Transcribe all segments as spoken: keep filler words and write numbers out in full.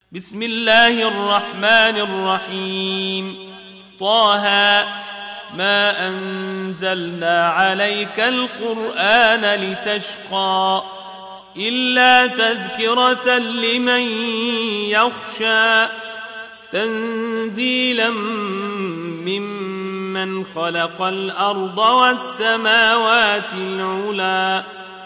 بسم الله الرحمن الرحيم. طه ما أنزلنا عليك القرآن لتشقى إلا تذكرة لمن يخشى تنزيلا ممن خلق الأرض والسماوات العلى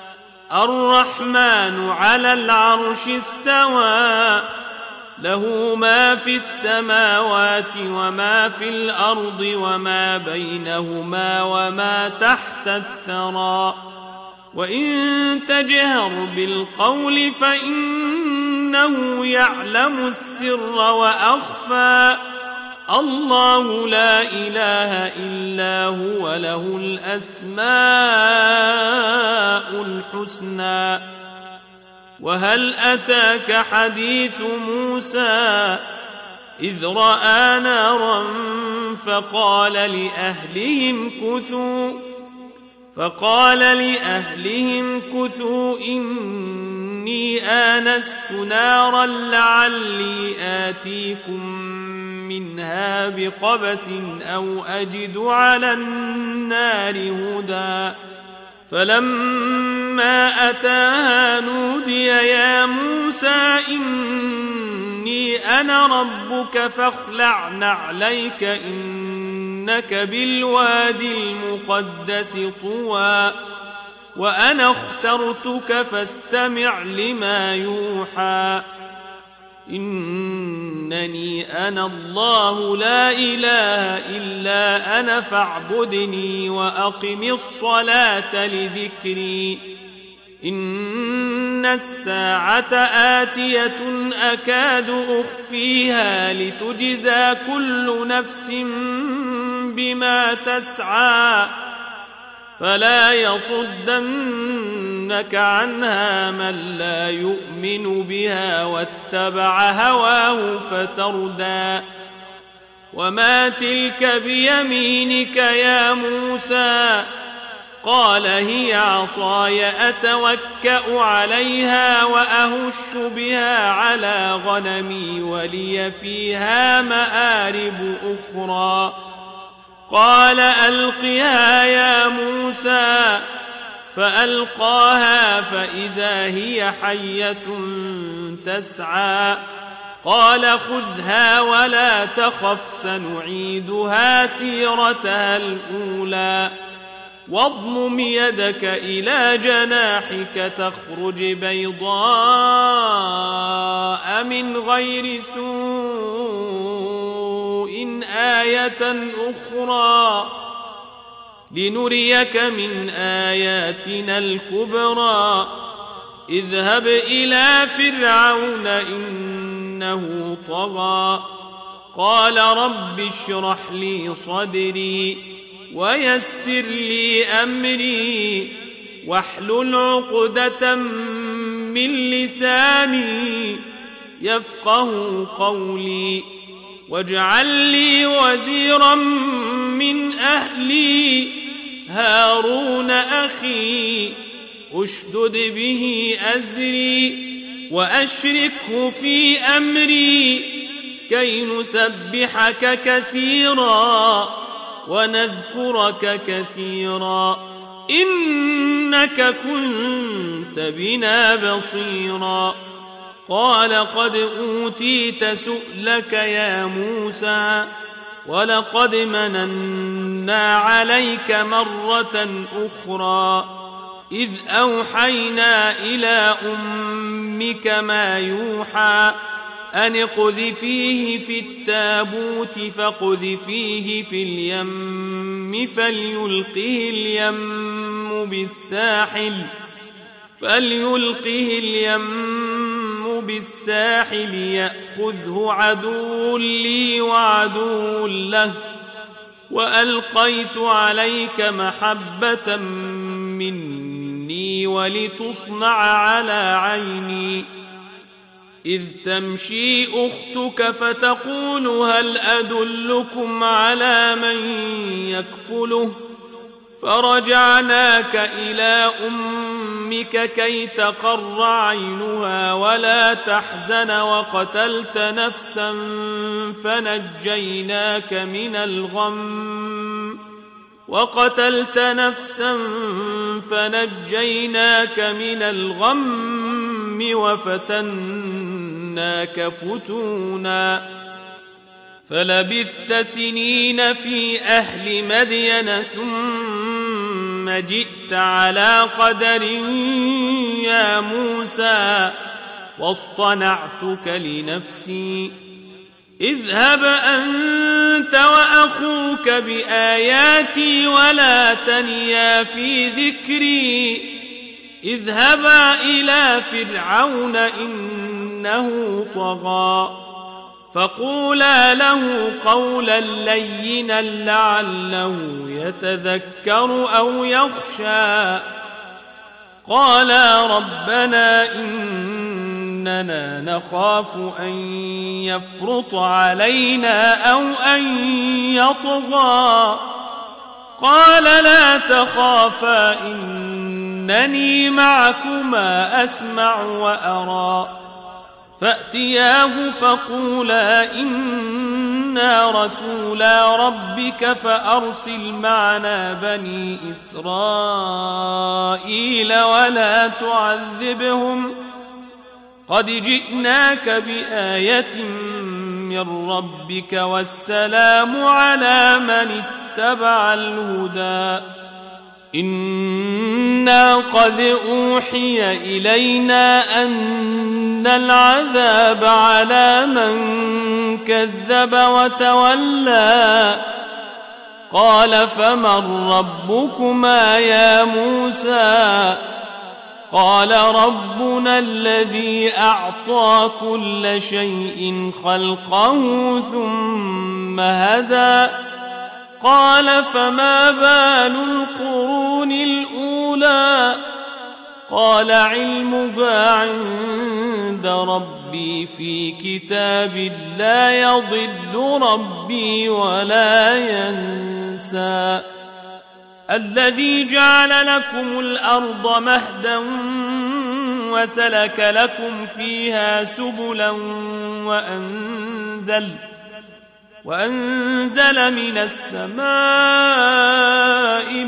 الرحمن على العرش استوى له ما في السماوات وما في الأرض وما بينهما وما تحت الثرى وإن تجهر بالقول فإنه يعلم السر وأخفى الله لا إله إلا هو له الأسماء الحسنى. وهل أتاك حديث موسى إذ رأى نارا فقال لأهلهم كثوا فقال لأهلهم كثوا إني آنست نارا لعلي آتيكم منها بقبس أو أجد على النار هدى فلما أتاها نودي يا موسى إني أنا ربك فاخلع نعليك إنك بالوادي المقدس طوى وأنا اخترتك فاستمع لما يوحى إنني أنا الله لا إله إلا أنا فاعبدني وأقم الصلاة لذكري إن الساعة آتية أكاد أخفيها لتجزى كل نفس بما تسعى فلا يصدنك عنها من لا يؤمن بها واتبع هواه فتردى وما تلك بيمينك يا موسى قال هي عصاي أتوكأ عليها وأهش بها على غنمي ولي فيها مآرب أخرى قال ألقها يا موسى فألقاها فإذا هي حية تسعى قال خذها ولا تخف سنعيدها سيرتها الأولى واضمم يدك إلى جناحك تخرج بيضاء من غير سوء آية أخرى لنريك من آياتنا الكبرى اذهب إلى فرعون إنه طغى قال رب اشرح لي صدري ويسر لي أمري واحلل عقدة من لساني يفقه قولي واجعل لي وزيرا من أهلي هارون أخي أشدد به أزري وأشركه في أمري كي نسبحك كثيرا ونذكرك كثيرا إنك كنت بنا بصيرا قال قد أوتيت سؤلك يا موسى ولقد مننا عليك مرة أخرى إذ أوحينا إلى أمك ما يوحى أن اقذفيه في التابوت فاقذفيه في اليم فليلقه اليم بالساحل فليلقه اليم بالساحل يأخذه عدو لي وعدو له وألقيت عليك محبة مني ولتصنع على عيني إذ تمشي أختك فتقول هل أدلكم على من يكفله فرجعناك إلى أمك كي تقر عينها ولا تحزن وقتلت نفسا فنجيناك من الغم وقتلت نفسا فنجيناك من الغم وفتناك فتونا فلبثت سنين في أهل مدين ثم جئت على قدر يا موسى واصطنعتك لنفسي اذهب أنت وأخوك بآياتي ولا تنيا في ذكري اذهبا إلى فرعون إنه طغى فقولا له قولا لينا لعله يتذكر أو يخشى قالا ربنا إننا نخاف أن يفرط علينا أو أن يطغى قال لا تخافا إنني معكما أسمع وأرى فأتياه فقولا إنا رسولا ربك فأرسل معنا بني إسرائيل ولا تعذبهم قد جئناك بآية من ربك والسلام على من اتبع الهدى إنا قد أوحي إلينا أن العذاب على من كذب وتولى قال فمن ربكما يا موسى قال ربنا الذي أعطى كل شيء خلقه ثم هدى قال فما بال القرون الأولى قال علمها عند ربي في كتاب لا يضل ربي ولا ينسى الذي جعل لكم الأرض مهدا وسلك لكم فيها سبلا وأنزل وأنزل من السماء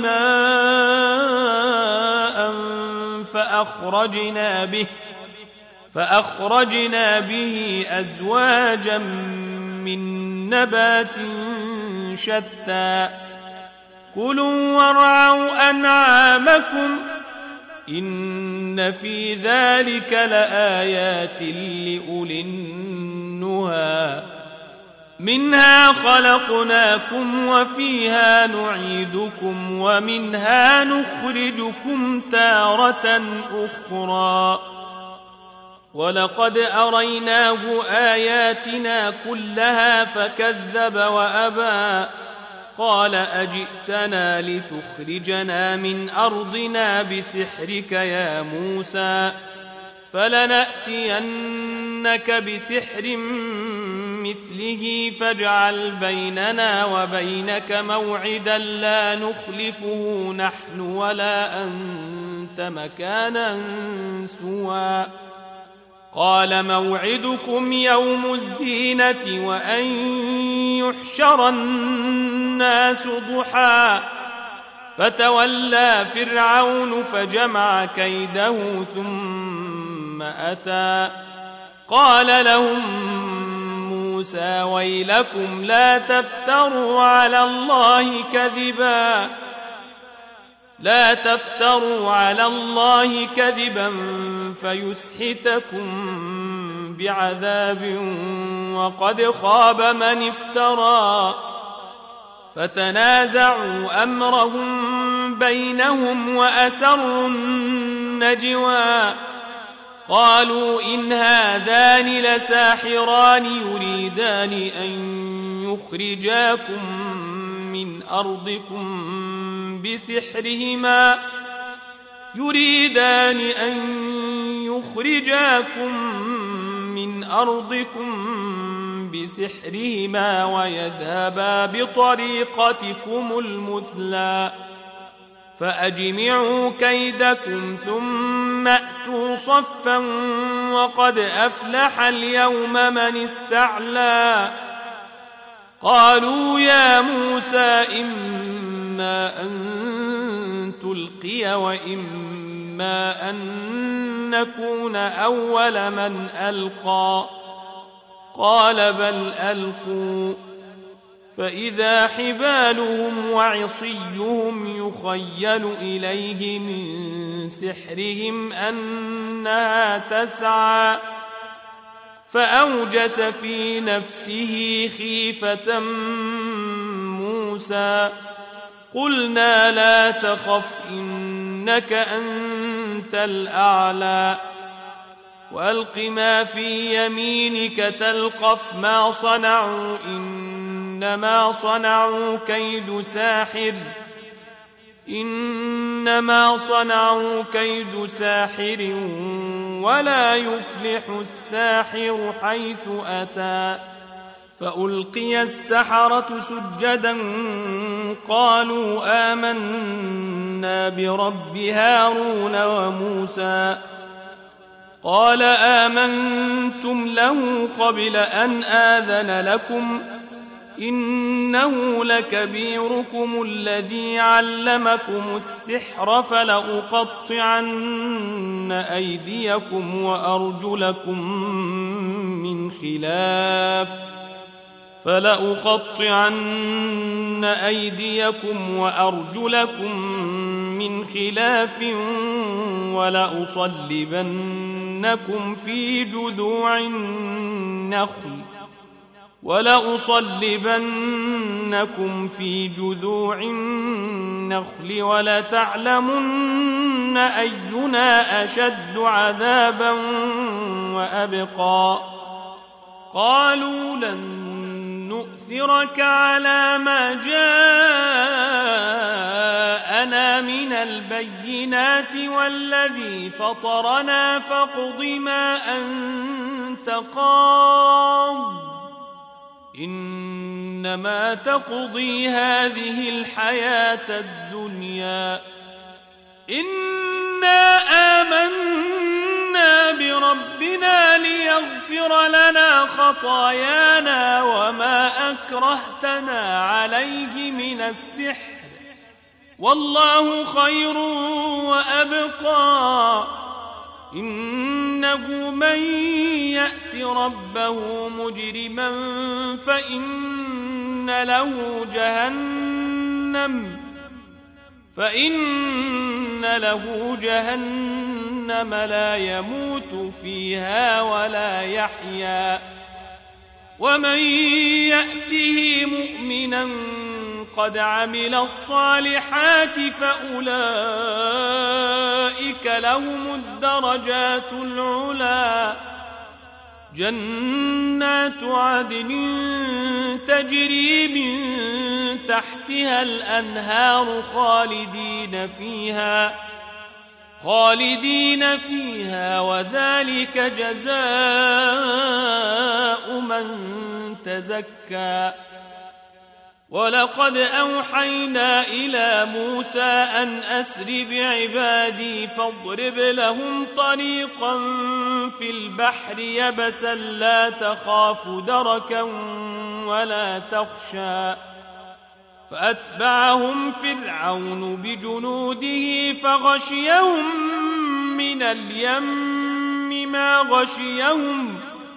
ماء فأخرجنا به فأخرجنا به أزواجا من نبات شتى كلوا وارعوا أنعامكم إن في ذلك لآيات لأولي النهى منها خلقناكم وفيها نعيدكم ومنها نخرجكم تارة أخرى ولقد أريناه آياتنا كلها فكذب وأبى قال أجئتنا لتخرجنا من أرضنا بسحرك يا موسى فلنأتينك بسحر مثله فاجعل بيننا وبينك موعدا لا نخلفه نحن ولا أنت مكانا سوى قال موعدكم يوم الزينة وأن يحشر الناس ضحى فتولى فرعون فجمع كيده ثم أتى قال لهم موسى ويلكم لا تفتروا على الله كذبا لا تفتروا على الله كذبا فيسحتكم بعذاب وقد خاب من افترى فتنازعوا أمرهم بينهم وأسروا النجوى قالوا إن هذان لساحران يريدان أن يخرجاكم من أرضكم بسحرهما يريدان أن يخرجاكم من أرضكم بسحرهما ويذهبا بطريقتكم المثلى فأجمعوا كيدكم ثم أتوا صفا وقد أفلح اليوم من استعلى قالوا يا موسى إما أن تلقي وإما أن نكون أول من ألقى قال بل ألقوا فإذا حبالهم وعصيهم يخيل إليه من سحرهم أنها تسعى فأوجس في نفسه خيفة موسى قلنا لا تخف إنك أنت الأعلى وألق ما في يمينك تلقف ما صنعوا إنما صنعوا كيد ساحر إنما صنعوا كيد ساحر ولا يفلح الساحر حيث أتى فألقي السحرة سجدا قالوا آمنا برب هارون وموسى قال آمنتم له قبل أن آذن لكم إنه لكبيركم الذي علمكم السحر فلأقطعن أيديكم وأرجلكم من خلاف فلأقطعن أيديكم وأرجلكم من خلاف ولأصلبنكم في جذوع النخل ولأصلبنكم في جذوع النخل ولتعلمن أينا أشد عذابا وأبقى قالوا لن نؤثرك على ما جاءنا من البينات والذي فطرنا فاقض ما أنت قاض إنما تقضي هذه الحياة الدنيا إنا آمنا بربنا ليغفر لنا خطايانا وما أكرهتنا عليه من السحر والله خير وأبقى إنه من يأت ربه مجرما فإن له جهنم فإن له جهنم لا يموت فيها ولا يحيا ومن يأته مؤمنا قد عمل الصالحات فأولئك لهم الدرجات العلا جنات عدن تجري من تحتها الأنهار خالدين فيها خالدين فيها وذلك جزاء من تزكى ولقد أوحينا إلى موسى أن أسر بعبادي فاضرب لهم طريقا في البحر يبسا لا تخاف دركا ولا تخشى فأتبعهم فرعون بجنوده فغشيهم من اليم ما غشيهم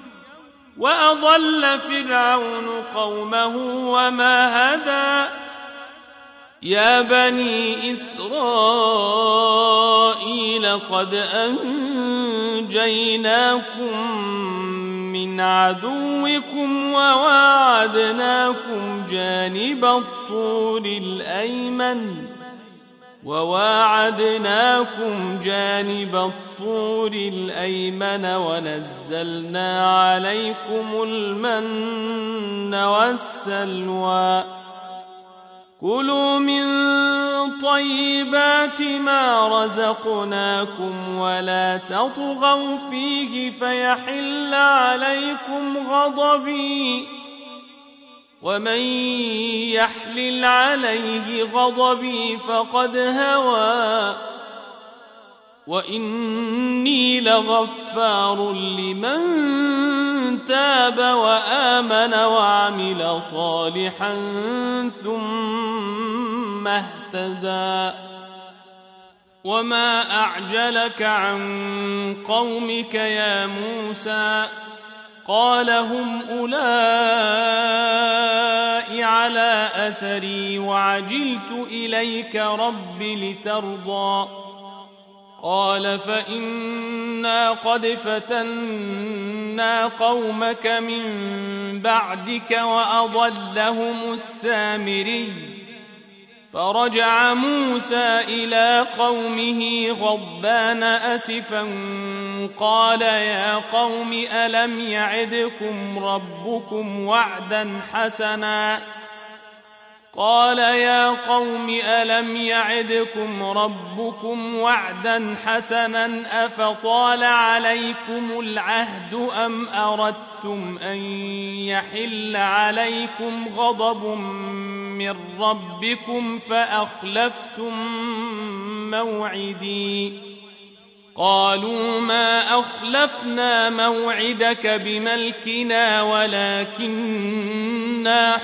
وأضل فرعون قومه وما هدى يا بني إسرائيل قد أنجيناكم من عدوكم وواعدناكم جانب الطور الأيمن وواعدناكم جانب الطور الأيمن ونزلنا عليكم المن والسلوى كلوا من طيبات ما رزقناكم ولا تطغوا فيه فيحل عليكم غضبي ومن يحلل عليه غضبي فقد هوى وإني لغفار لمن تاب وآمن وعمل صالحا ثم اهتدى وما أعجلك عن قومك يا موسى قال هم أولئك على أثري وعجلت إليك رب لترضى قال فإنا قد فتنا قومك من بعدك وأضلهم السامري فرجع موسى إلى قومه غضبان أسفا قال يا قوم ألم يعدكم ربكم وعدا حسنا قال يا قوم ألم يعدكم ربكم وعدا حسنا أفطال عليكم العهد أم أردتم أن يحل عليكم غضب من ربكم فأخلفتم موعدي قالوا ما أخلفنا موعدك بملكنا ولكننا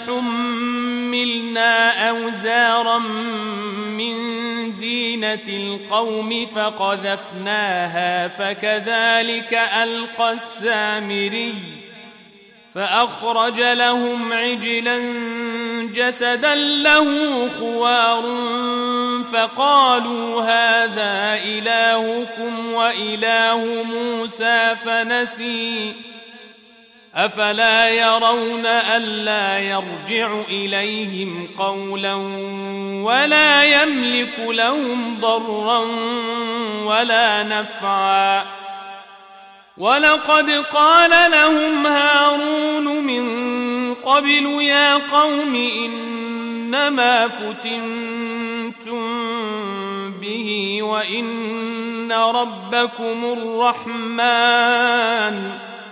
حملنا أوزارا من زينة القوم فقذفناها فكذلك ألقى السامري فأخرج لهم عجلا جسدا له خوار فقالوا هذا إلهكم وإله موسى فنسي أفلا يرون ألا يرجع إليهم قولا ولا يملك لهم ضرا ولا نفعا ولقد قال لهم هارون من قبل يا قوم إنما فتنتم به وإن ربكم الرحمن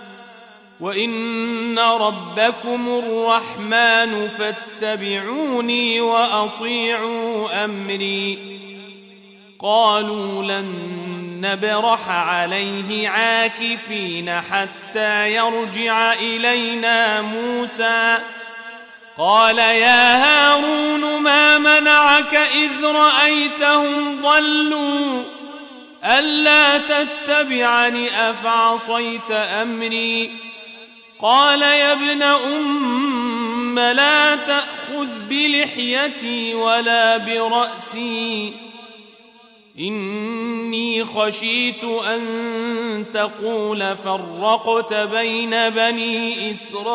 وإن ربكم الرحمن فاتبعوني وأطيعوا أمري قالوا لن نبرح عليه عاكفين حتى يرجع إلينا موسى قال يا هارون ما منعك إذ رأيتهم ضلوا ألا تتبعني أفعصيت أمري قال يا ابن أم لا تأخذ بلحيتي ولا برأسي إني خشيت أن تقول فرقت بين بني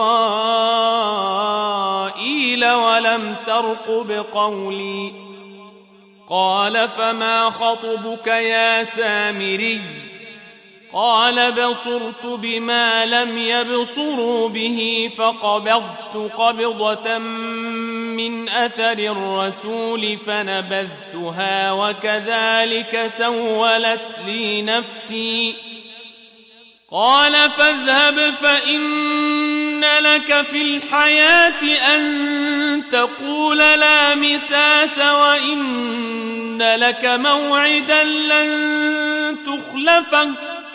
إسرائيل ولم ترقب قولي قال فما خطبك يا سامري قال بصرت بما لم يبصروا به فقبضت قبضة من أثر الرسول فنبذتها وكذلك سولت لي نفسي قال فاذهب فإن لك في الحياة أن تقول لا مساس وإن لك موعدا لن تخلفه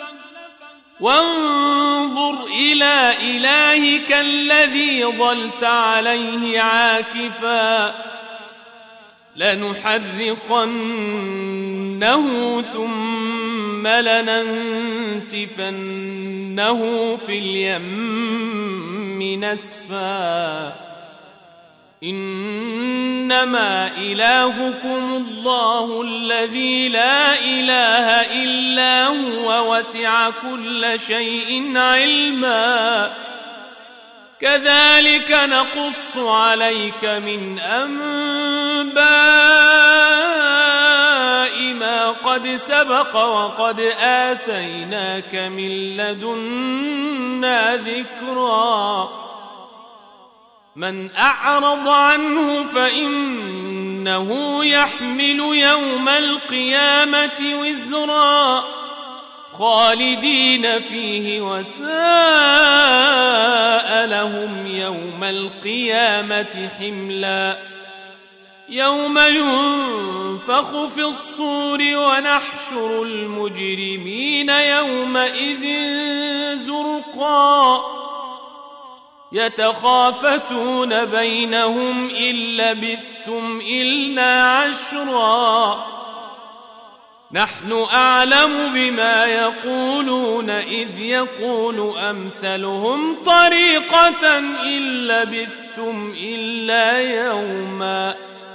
وانظر إلى إلهك الذي ظلت عليه عاكفا لنحرقنه ثم لننسفنه في اليم نسفا إنما إلهكم الله الذي لا إله إلا هو وسع كل شيء علما كذلك نقص عليك من أنباء ما قد سبق وقد آتيناك من لدنا ذكرا من أعرض عنه فإنه يحمل يوم القيامة وزرا خالدين فيه وساء لهم يوم القيامة حملا يوم ينفخ في الصور ونحشر المجرمين يومئذ زرقا يتخافتون بينهم إن لبثتم إلا عشرا نحن أعلم بما يقولون إذ يقول أمثلهم طريقة إن لبثتم إلا يوما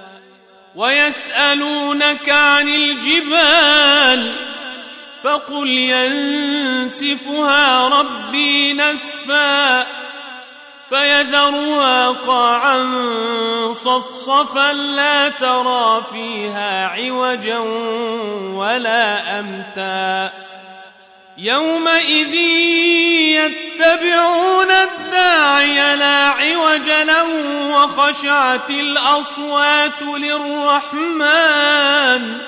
ويسألونك عن الجبال فقل ينسفها ربي نسفا فيذرها قاعا صفصفا لا ترى فيها عوجا ولا أمتا يومئذ يتبعون الداعي لا عوج له وخشعت الأصوات للرحمن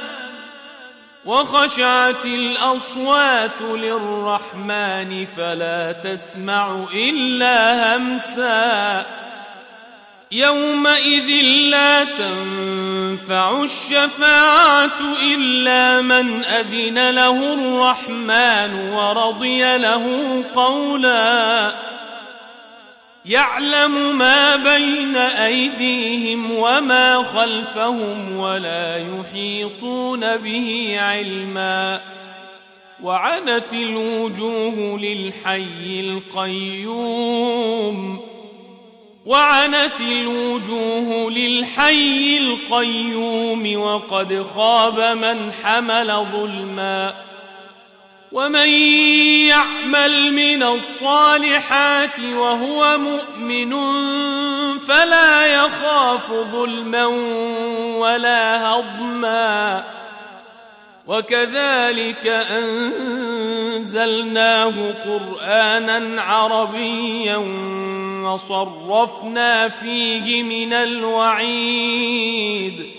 وخشعت الأصوات للرحمن فلا تسمع إلا همسا يومئذ لا تنفع الشفاعة إلا من أذن له الرحمن ورضي له قولا يعلم ما بين أيديهم وما خلفهم ولا يحيطون به علما وعنت الوجوه للحي القيوم وعنت الوجوه للحي القيوم وقد خاب من حمل ظلما ومن يعمل من الصالحات وهو مؤمن فلا يخاف ظلما ولا هضما وكذلك أنزلناه قرآنا عربيا وصرفنا فيه من الوعيد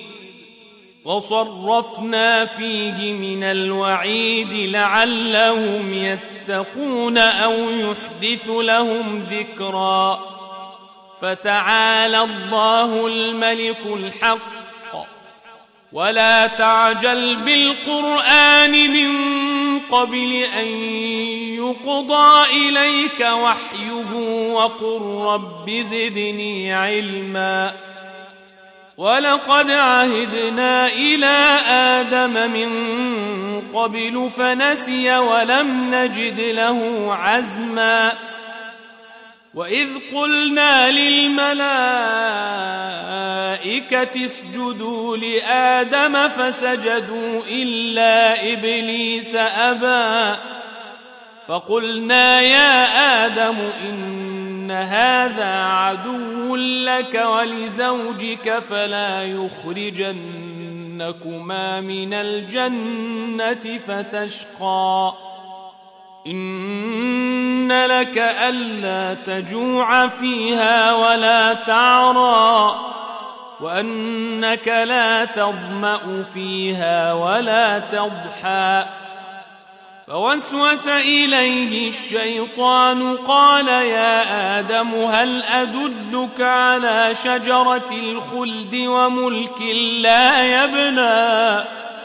وصرفنا فيه من الوعيد لعلهم يتقون أو يحدث لهم ذكرا فتعالى الله الملك الحق ولا تعجل بالقرآن من قبل أن يقضى إليك وحيه وقل رب زدني علما ولقد عهدنا إلى آدم من قبل فنسي ولم نجد له عزما وإذ قلنا للملائكة اسجدوا لآدم فسجدوا إلا إبليس أبى فقلنا يا آدم إن هذا عدو لك ولزوجك فلا يخرجنكما من الجنة فتشقى إن لك ألا تجوع فيها ولا تعرى وأنك لا تظمأ فيها ولا تضحى فوسوس إليه الشيطان قال يا آدم هل أدلك على شجرة الخلد وملك لا يبلى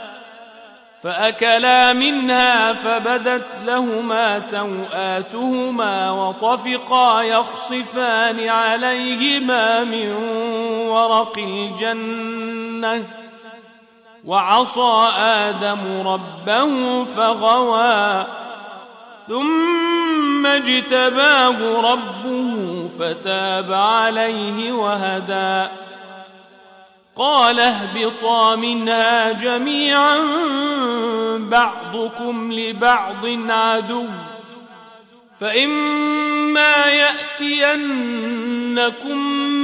فأكلا منها فبدت لهما سوآتهما وطفقا يخصفان عليهما من ورق الجنة وعصى آدم ربه فغوى ثم اجتباه ربه فتاب عليه وهدى قال اهبطا منها جميعا بعضكم لبعض عدو فإما يأتينكم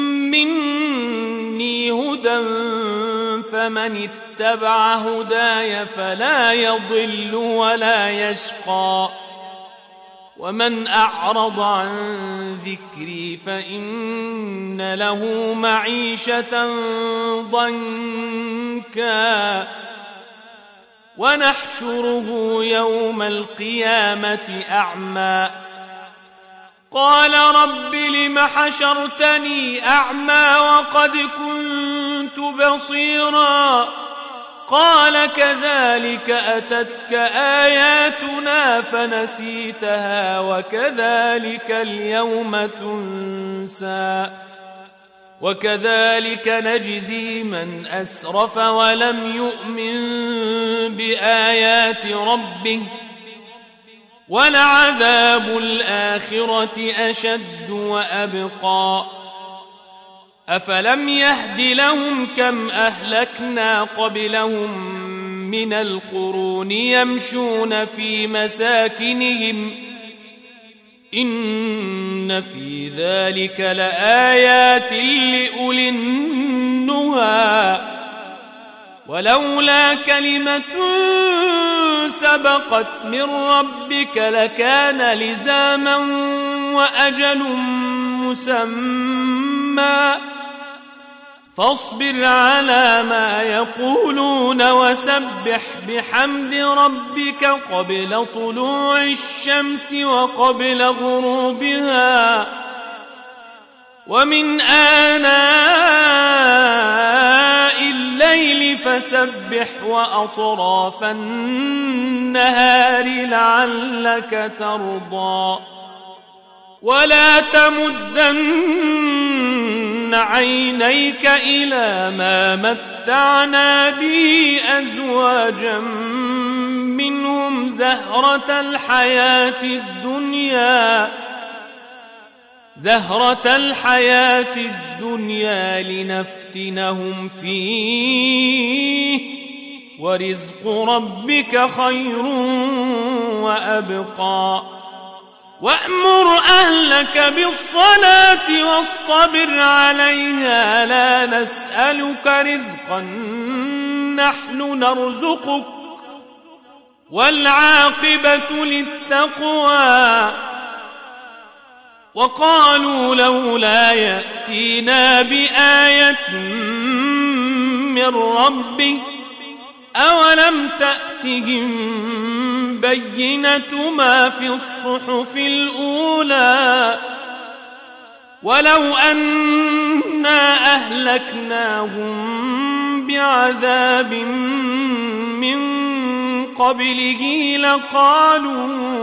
مني هدى فمن اتبع هداي فلا يضل ولا يشقى ومن أعرض عن ذكري فإن له معيشة ضنكا ونحشره يوم القيامة أعمى قال رب لم حشرتني أعمى وقد كنت بصيرا قال كذلك أتتك آياتنا فنسيتها وكذلك اليوم تنسى وكذلك نجزي من أسرف ولم يؤمن بآيات ربه ولعذاب الآخرة أشد وأبقى أفلم يهد لهم كم أهلكنا قبلهم من القرون يمشون في مساكنهم إن في ذلك لآيات لأولي النهى ولولا كلمة سبقت من ربك لكان لزاما وأجل مسمى فاصبر على ما يقولون وسبح بحمد ربك قبل طلوع الشمس وقبل غروبها ومن آناء الليل فسبح وأطراف النهار لعلك ترضى ولا تمدن عينيك إلى ما متعنا به أزواجا منهم زهرة الحياة الدنيا زهرة الحياة الدنيا لنفتنهم فيه ورزق ربك خير وأبقى وأمر أهلك بالصلاة واصطبر عليها لا نسألك رزقا نحن نرزقك والعاقبة للتقوى وقالوا لولا يأتينا بآية من ربه أولم تأتهم بينة ما في الصحف الأولى ولو أنا أهلكناهم بعذاب من قبله لقالوا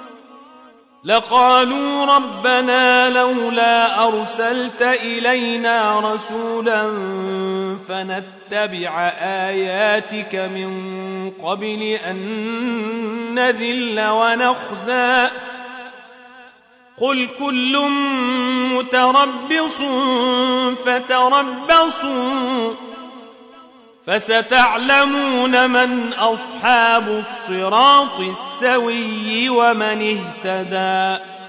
لقالوا ربنا لولا أرسلت إلينا رسولا فنتبع آياتك من قبل أن نذل ونخزى قل كل متربص فتربصوا فستعلمون من أصحاب الصراط السوي ومن اهتدى